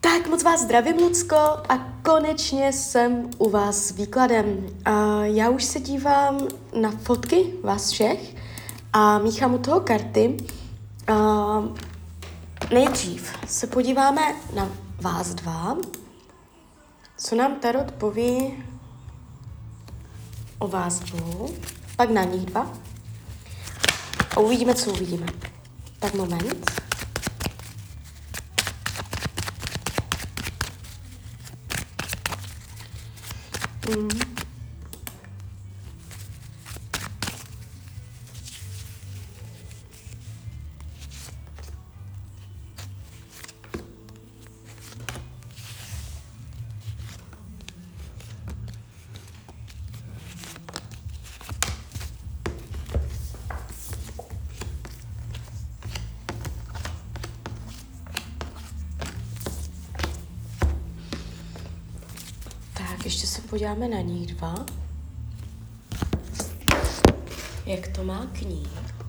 Tak moc vás zdravím, Lucko, a konečně jsem u vás s výkladem. Já už se dívám na fotky vás všech a míchám u toho karty. Nejdřív se podíváme na vás dva, co nám tarot poví o vás dvou, pak na nich dva a uvidíme, co uvidíme. Tak moment. Tak, ještě se podíváme na nich dva. Jak to má k ní?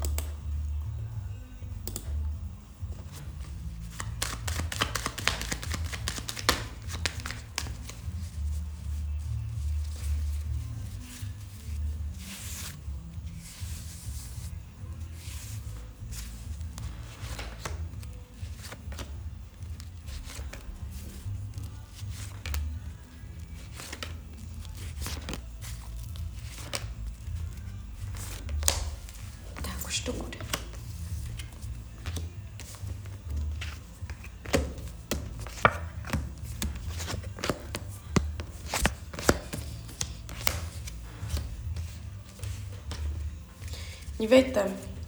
Už to bude. Dívejte,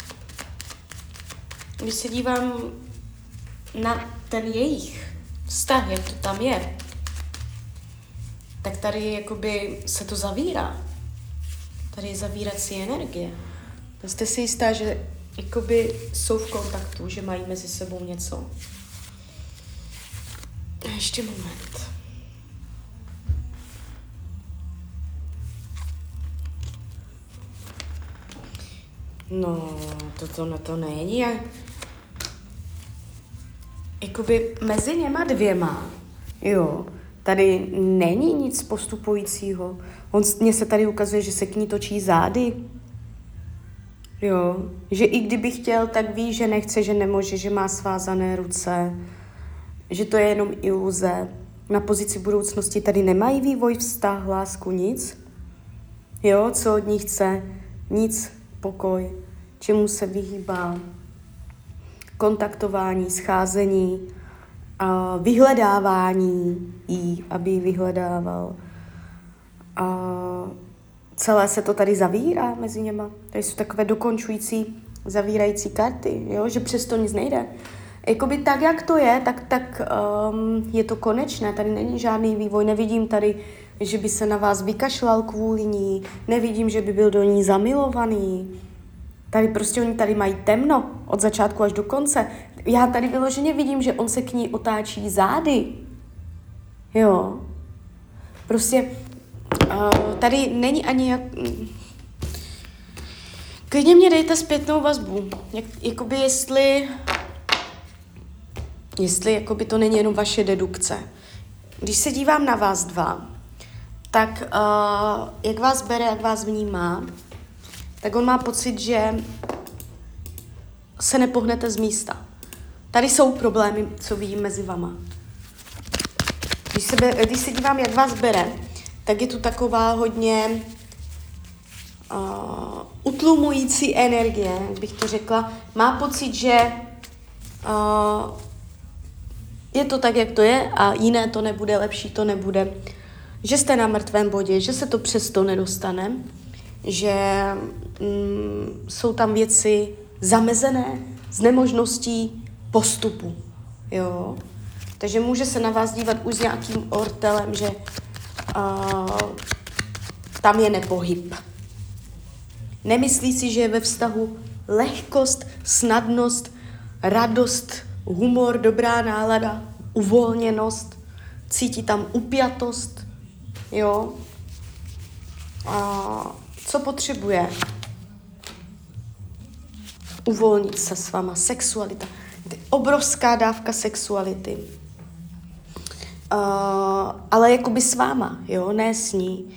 když se dívám na ten jejich vztah, jak to tam je, tak tady jakoby se to zavírá. Tady je zavírací energie. Jste si jistá, že jakoby jsou v kontaktu, že mají mezi sebou něco. Ještě moment. No, to není. Jakoby mezi něma dvěma, jo, tady není nic postupujícího. Mně se tady ukazuje, že se k ní točí zády. Jo, že i kdyby chtěl, tak ví, že nechce, že nemůže, že má svázané ruce, že to je jenom iluze. Na pozici budoucnosti tady nemají vývoj, vztah, lásku, nic. Jo, co od ní chce? Nic, pokoj, čemu se vyhýbá, kontaktování, scházení, vyhledávání jí, aby ji vyhledával. Celé se to tady zavírá mezi něma. Tady jsou takové dokončující, zavírající karty, jo? Že přesto nic nejde. Jakoby tak, jak to je, tak je to konečné. Tady není žádný vývoj. Nevidím tady, že by se na vás vykašlal kvůli ní. Nevidím, že by byl do ní zamilovaný. Tady prostě oni tady mají temno od začátku až do konce. Já tady vyloženě vidím, že on se k ní otáčí zády. Jo. Prostě tady není ani jak... Klidně mě dejte zpětnou vazbu. Jakoby jestli jakoby to není jenom vaše dedukce. Když se dívám na vás dva, tak jak vás bere, jak vás vnímá, tak on má pocit, že se nepohnete z místa. Tady jsou problémy, co vidím mezi vama. Když se dívám, jak vás bere, tak je tu taková hodně utlumující energie, jak bych to řekla. Má pocit, že je to tak, jak to je a jiné to nebude, lepší to nebude. Že jste na mrtvém bodě, že se to přesto nedostane, že jsou tam věci zamezené z nemožností postupu. Jo? Takže může se na vás dívat už s nějakým ortelem, že tam je nepohyb. Nemyslí si, že je ve vztahu lehkost, snadnost, radost, humor, dobrá nálada, uvolněnost, cítí tam upjatost, jo. Co potřebuje? Uvolnit se s váma, sexualita. Obrovská dávka sexuality. ale jakoby s váma, jo, ne s ní.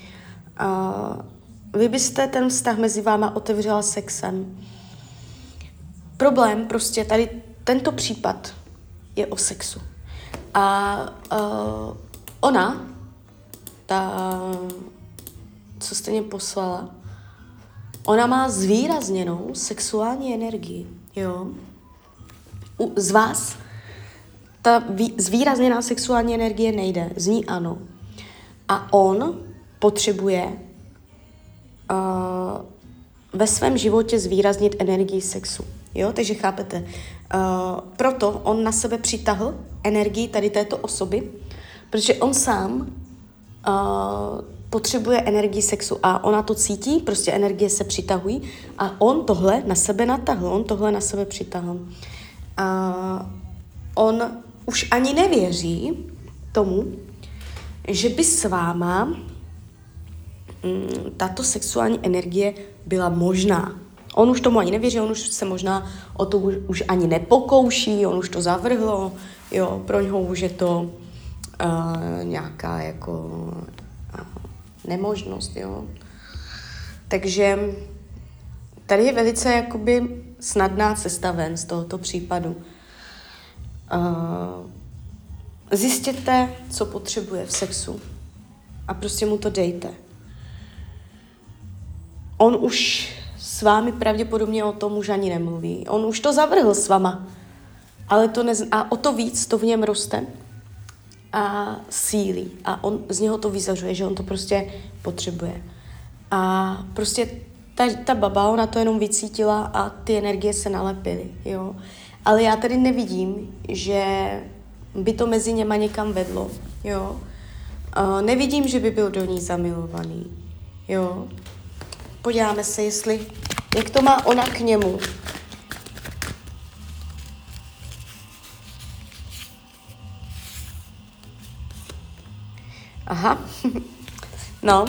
Vy byste ten vztah mezi váma otevřela sexem. Problém prostě tady tento případ je o sexu. A ona, co jste mě poslala, ona má zvýrazněnou sexuální energii, jo. Z vás ta zvýrazněná sexuální energie nejde, z ní ano. A on potřebuje ve svém životě zvýraznit energii sexu, jo, takže chápete. Proto on na sebe přitahl energii tady této osoby, protože on sám potřebuje energii sexu a ona to cítí, prostě energie se přitahují a on tohle na sebe natahl, on tohle na sebe přitahl. On už ani nevěří tomu, že by s váma tato sexuální energie byla možná. On už tomu ani nevěří, on už se možná o to už ani nepokouší, on už to zavrhlo, jo, pro něho už je to nějaká jako nemožnost, jo. Takže tady je velice jakoby snadná cesta ven z tohoto případu. Zjistěte, co potřebuje v sexu a prostě mu to dejte. On už s vámi pravděpodobně o tom už ani nemluví. On už to zavrhl s váma, ale a o to víc to v něm roste a sílí. A on z něho to vyzařuje, že on to prostě potřebuje. A prostě ta baba, ona to jenom vycítila a ty energie se nalepily, jo. Ale já tady nevidím, že by to mezi něma někam vedlo, jo. Nevidím, že by byl do ní zamilovaný, jo. Podíváme se, jak to má ona k němu. Aha, no.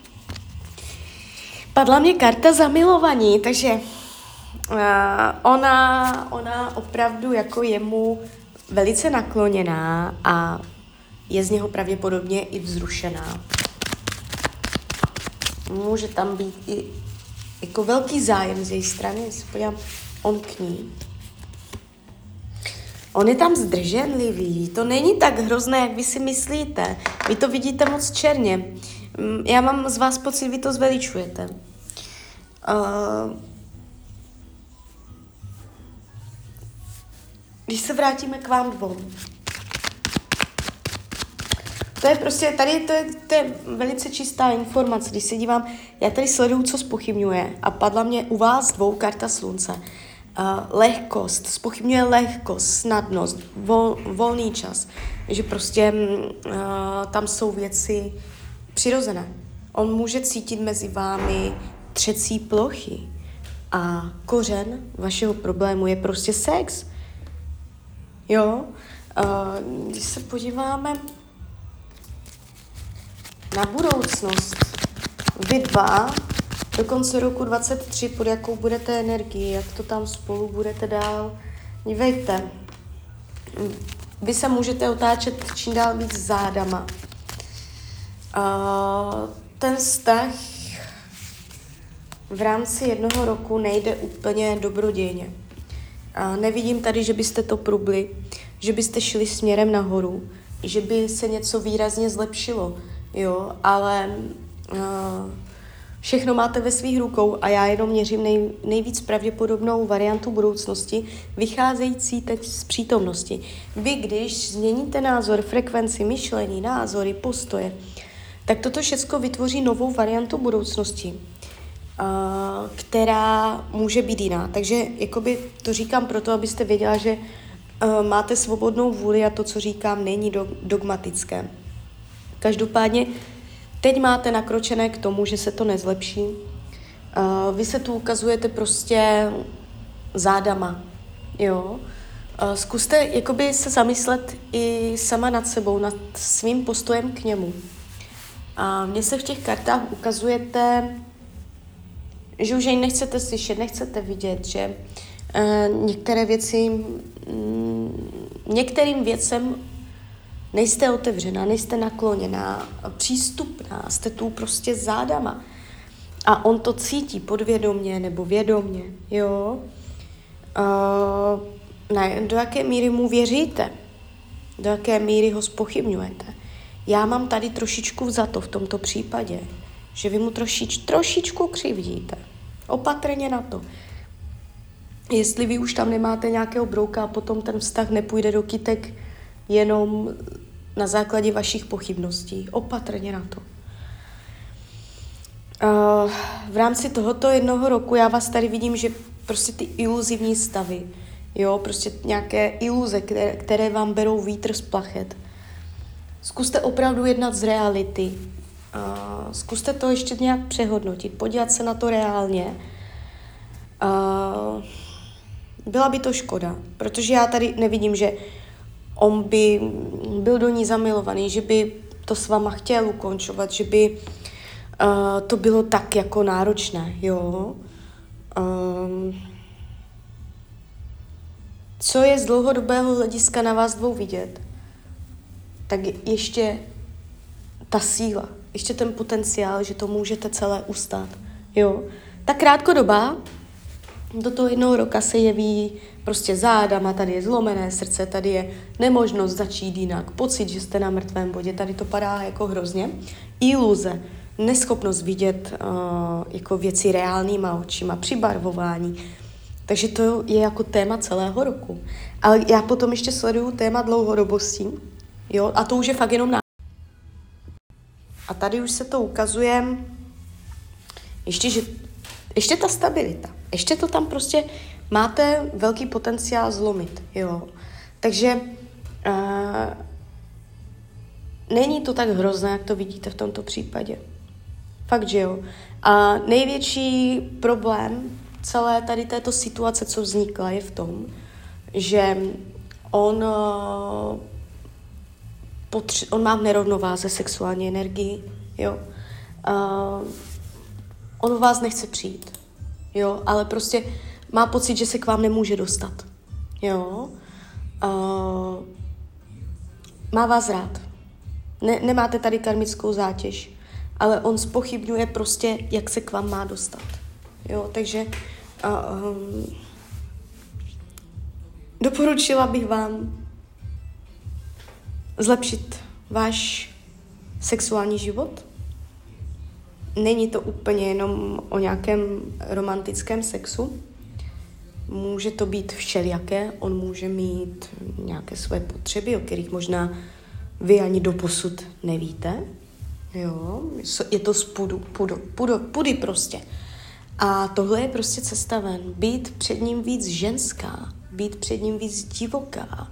Padla mě karta zamilovaní, takže ona opravdu jako jemu velice nakloněná a je z něho pravděpodobně i vzrušená. Může tam být i jako velký zájem z její strany, když se podívám, on k ní. On je tam zdrženlivý, to není tak hrozné, jak vy si myslíte. Vy to vidíte moc černě. Já mám z vás pocit, vy to zveličujete. Když se vrátíme k vám dvou. To je prostě, tady to je velice čistá informace. Když se dívám, já tady sleduju, co zpochybňuje a padla mě u vás dvou karta slunce. Lehkost, zpochybňuje lehkost, snadnost, volný čas. Že prostě tam jsou věci přirozené. On může cítit mezi vámi třecí plochy a kořen vašeho problému je prostě sex. Jo? Když se podíváme na budoucnost, vy dva do konce roku 2023, pod jakou budete energii, jak to tam spolu budete dál. Dívejte, vy se můžete otáčet čím dál víc zádama. Ten vztah v rámci jednoho roku nejde úplně dobrodějně. Nevidím tady, že byste to prubli, že byste šli směrem nahoru, že by se něco výrazně zlepšilo, jo, ale všechno máte ve svých rukou a já jenom měřím nejvíc pravděpodobnou variantu budoucnosti, vycházející teď z přítomnosti. Vy, když změníte názor, frekvenci, myšlení, názory, postoje, tak toto všechno vytvoří novou variantu budoucnosti, která může být jiná. Takže jakoby to říkám proto, abyste věděla, že máte svobodnou vůli a to, co říkám, není dogmatické. Každopádně teď máte nakročené k tomu, že se to nezlepší. Vy se tu ukazujete prostě zádama, jo. Zkuste jakoby se zamyslet i sama nad sebou, nad svým postojem k němu. Mně se v těch kartách ukazujete, že už jej nechcete slyšet, nechcete vidět, že některým věcem Nejste otevřená, nejste nakloněná, přístupná, jste tu prostě zádama. A on to cítí podvědomě nebo vědomě, jo. Do jaké míry mu věříte? Do jaké míry ho zpochybňujete? Já mám tady trošičku za to v tomto případě, že vy mu trošičku křivdíte. Opatrně na to. Jestli vy už tam nemáte nějakého brouka a potom ten vztah nepůjde do kytek jenom na základě vašich pochybností. Opatrně na to. V rámci tohoto jednoho roku já vás tady vidím, že prostě ty iluzivní stavy, jo, prostě nějaké iluze, které vám berou vítr z plachet. Zkuste opravdu jednat z reality. Zkuste to ještě nějak přehodnotit, podívat se na to reálně. Byla by to škoda, protože já tady nevidím, že on by byl do ní zamilovaný, že by to s váma chtěl ukončovat, že by to bylo tak jako náročné, jo. Co je z dlouhodobého hlediska na vás dvou vidět, tak ještě ta síla, ještě ten potenciál, že to můžete celé ustát, jo. Ta krátkodobá, do toho jednoho roka se jeví prostě zádama, tady je zlomené srdce, tady je nemožnost začít jinak, pocit, že jste na mrtvém bodě, tady to padá jako hrozně. Iluze, neschopnost vidět jako věci reálnýma očima, přibarvování. Takže to je jako téma celého roku. Ale já potom ještě sleduju téma dlouhodobosti, jo, a to už je fakt jenom A tady už se to ukazuje, ještě ta stabilita. Ještě to tam prostě máte velký potenciál zlomit, jo. Takže není to tak hrozné, jak to vidíte v tomto případě. Fakt, že jo. A největší problém celé tady této situace, co vznikla, je v tom, že on má v nerovnováze sexuální energii, jo. On vás nechce přijít, jo, ale prostě má pocit, že se k vám nemůže dostat, jo. Má vás rád. Nemáte tady karmickou zátěž, ale on zpochybňuje prostě, jak se k vám má dostat, jo, takže doporučila bych vám zlepšit váš sexuální život. Není to úplně jenom o nějakém romantickém sexu. Může to být všelijaké. On může mít nějaké své potřeby, o kterých možná vy ani doposud nevíte. Jo, je to z pudy prostě. A tohle je prostě cesta ven. Být před ním víc ženská, být před ním víc divoká.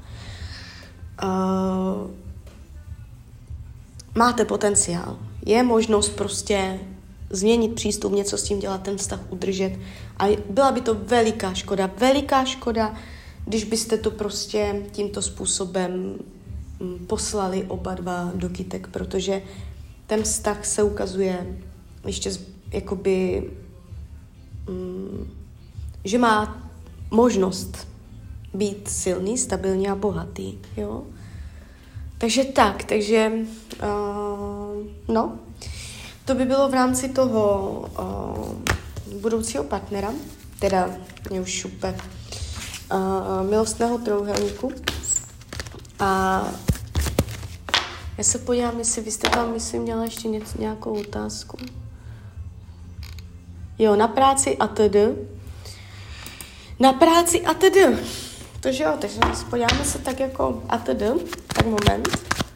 Máte potenciál. Je možnost prostě změnit přístup, něco s tím dělat, ten vztah udržet. A byla by to veliká škoda, když byste to prostě tímto způsobem poslali oba dva do kytek, protože ten vztah se ukazuje ještě jakoby, že má možnost být silný, stabilní a bohatý, jo. Takže to by bylo v rámci toho budoucího partnera, teda mě už šupe, milostného trojúhelníku. A já se podívám, jestli vy jste tam, myslím, měla ještě nějakou otázku. Jo, na práci a td. Takže jo, takže podíváme se tak jako a td. Tak moment.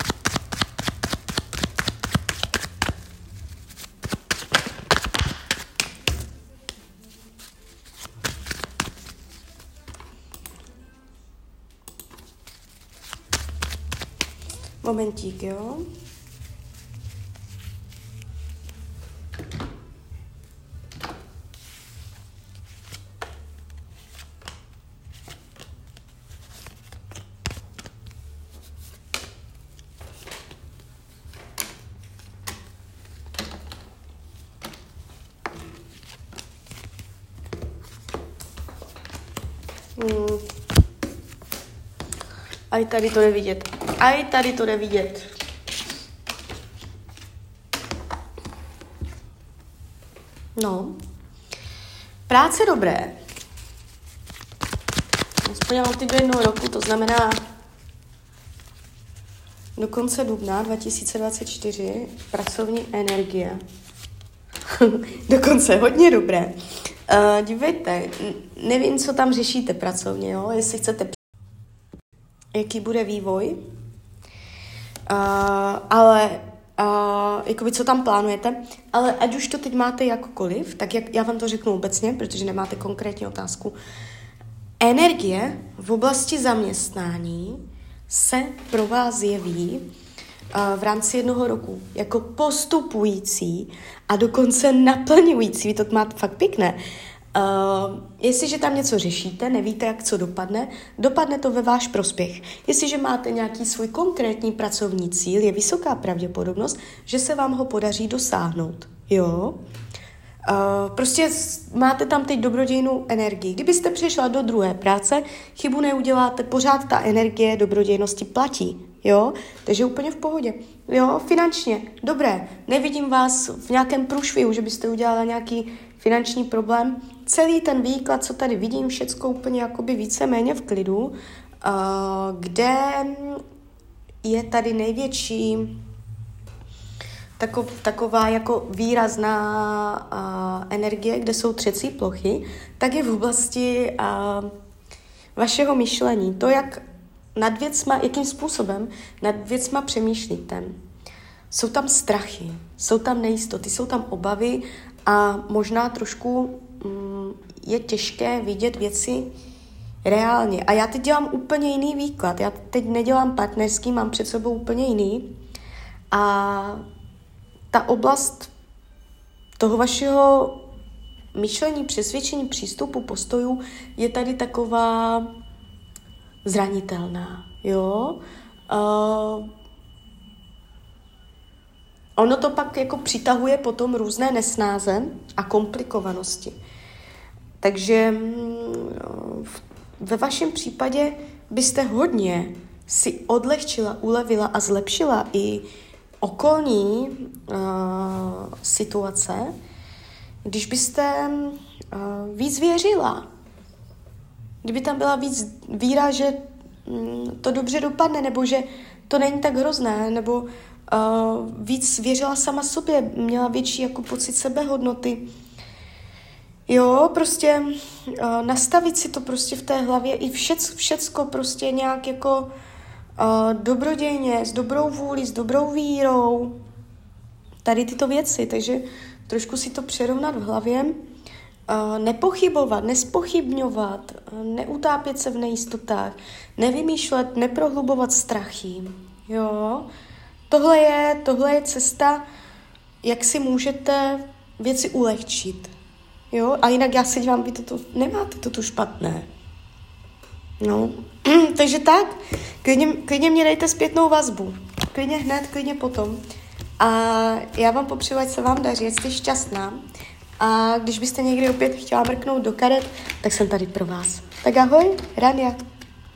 Momentík, jo. A i tady to je vidět. A i tady to jde vidět. No. Práce dobré. Aspoň já mám ty do 1 roku, to znamená do konce dubna 2024 pracovní energie. Dokonce hodně dobré. Dívejte, nevím, co tam řešíte pracovně, jo? Jestli chcete, jaký bude vývoj, ale jakoby co tam plánujete, ale ať už to teď máte jakokoliv, tak jak já vám to řeknu obecně, protože nemáte konkrétní otázku. Energie v oblasti zaměstnání se pro vás jeví v rámci 1 roku jako postupující a dokonce naplňující. Vy to máte fakt pěkné. Jestliže tam něco řešíte, nevíte, jak co dopadne to ve váš prospěch. Jestliže máte nějaký svůj konkrétní pracovní cíl, je vysoká pravděpodobnost, že se vám ho podaří dosáhnout. Jo? Prostě máte tam teď dobrodějnou energii. Kdybyste přišla do druhé práce, chybu neuděláte, pořád ta energie dobrodějnosti platí. Jo? Takže úplně v pohodě. Jo? Finančně, dobré. Nevidím vás v nějakém průšvihu, že byste udělala nějaký finanční problém. Celý ten výklad, co tady vidím, všecko úplně jakoby víceméně v klidu, kde je tady největší taková jako výrazná energie, kde jsou třecí plochy, tak je v oblasti vašeho myšlení. To, jak nad věcma, jakým způsobem nad věcma přemýšlíte. Jsou tam strachy, jsou tam nejistoty, jsou tam obavy a možná trošku je těžké vidět věci reálně. A já teď dělám úplně jiný výklad. Já teď nedělám partnerský, mám před sebou úplně jiný. A ta oblast toho vašeho myšlení, přesvědčení, přístupu, postojů je tady taková zranitelná. Jo? Ono to pak jako přitahuje potom různé nesnáze a komplikovanosti. Takže ve vašem případě byste hodně si odlehčila, ulevila a zlepšila i okolní situace, když byste víc věřila. Kdyby tam byla víc víra, že to dobře dopadne, nebo že to není tak hrozné, nebo víc věřila sama sobě, měla větší jako pocit sebehodnoty. Jo, prostě nastavit si to prostě v té hlavě i všecko prostě nějak jako dobrodějně, s dobrou vůlí, s dobrou vírou. Tady tyto věci, takže trošku si to přerovnat v hlavě. Nepochybovat, nespochybňovat, neutápět se v nejistotách, nevymýšlet, neprohlubovat strachy. Jo? Tohle je cesta, jak si můžete věci ulehčit. Jo? A jinak já se dívám, vy nemáte to tu špatné. No, takže tak, klidně mě dejte zpětnou vazbu. Klidně hned, klidně potom. A já vám popřeju, ať se vám daří, ať jste šťastná. A když byste někdy opět chtěla mrknout do karet, tak jsem tady pro vás. Tak ahoj, Rania.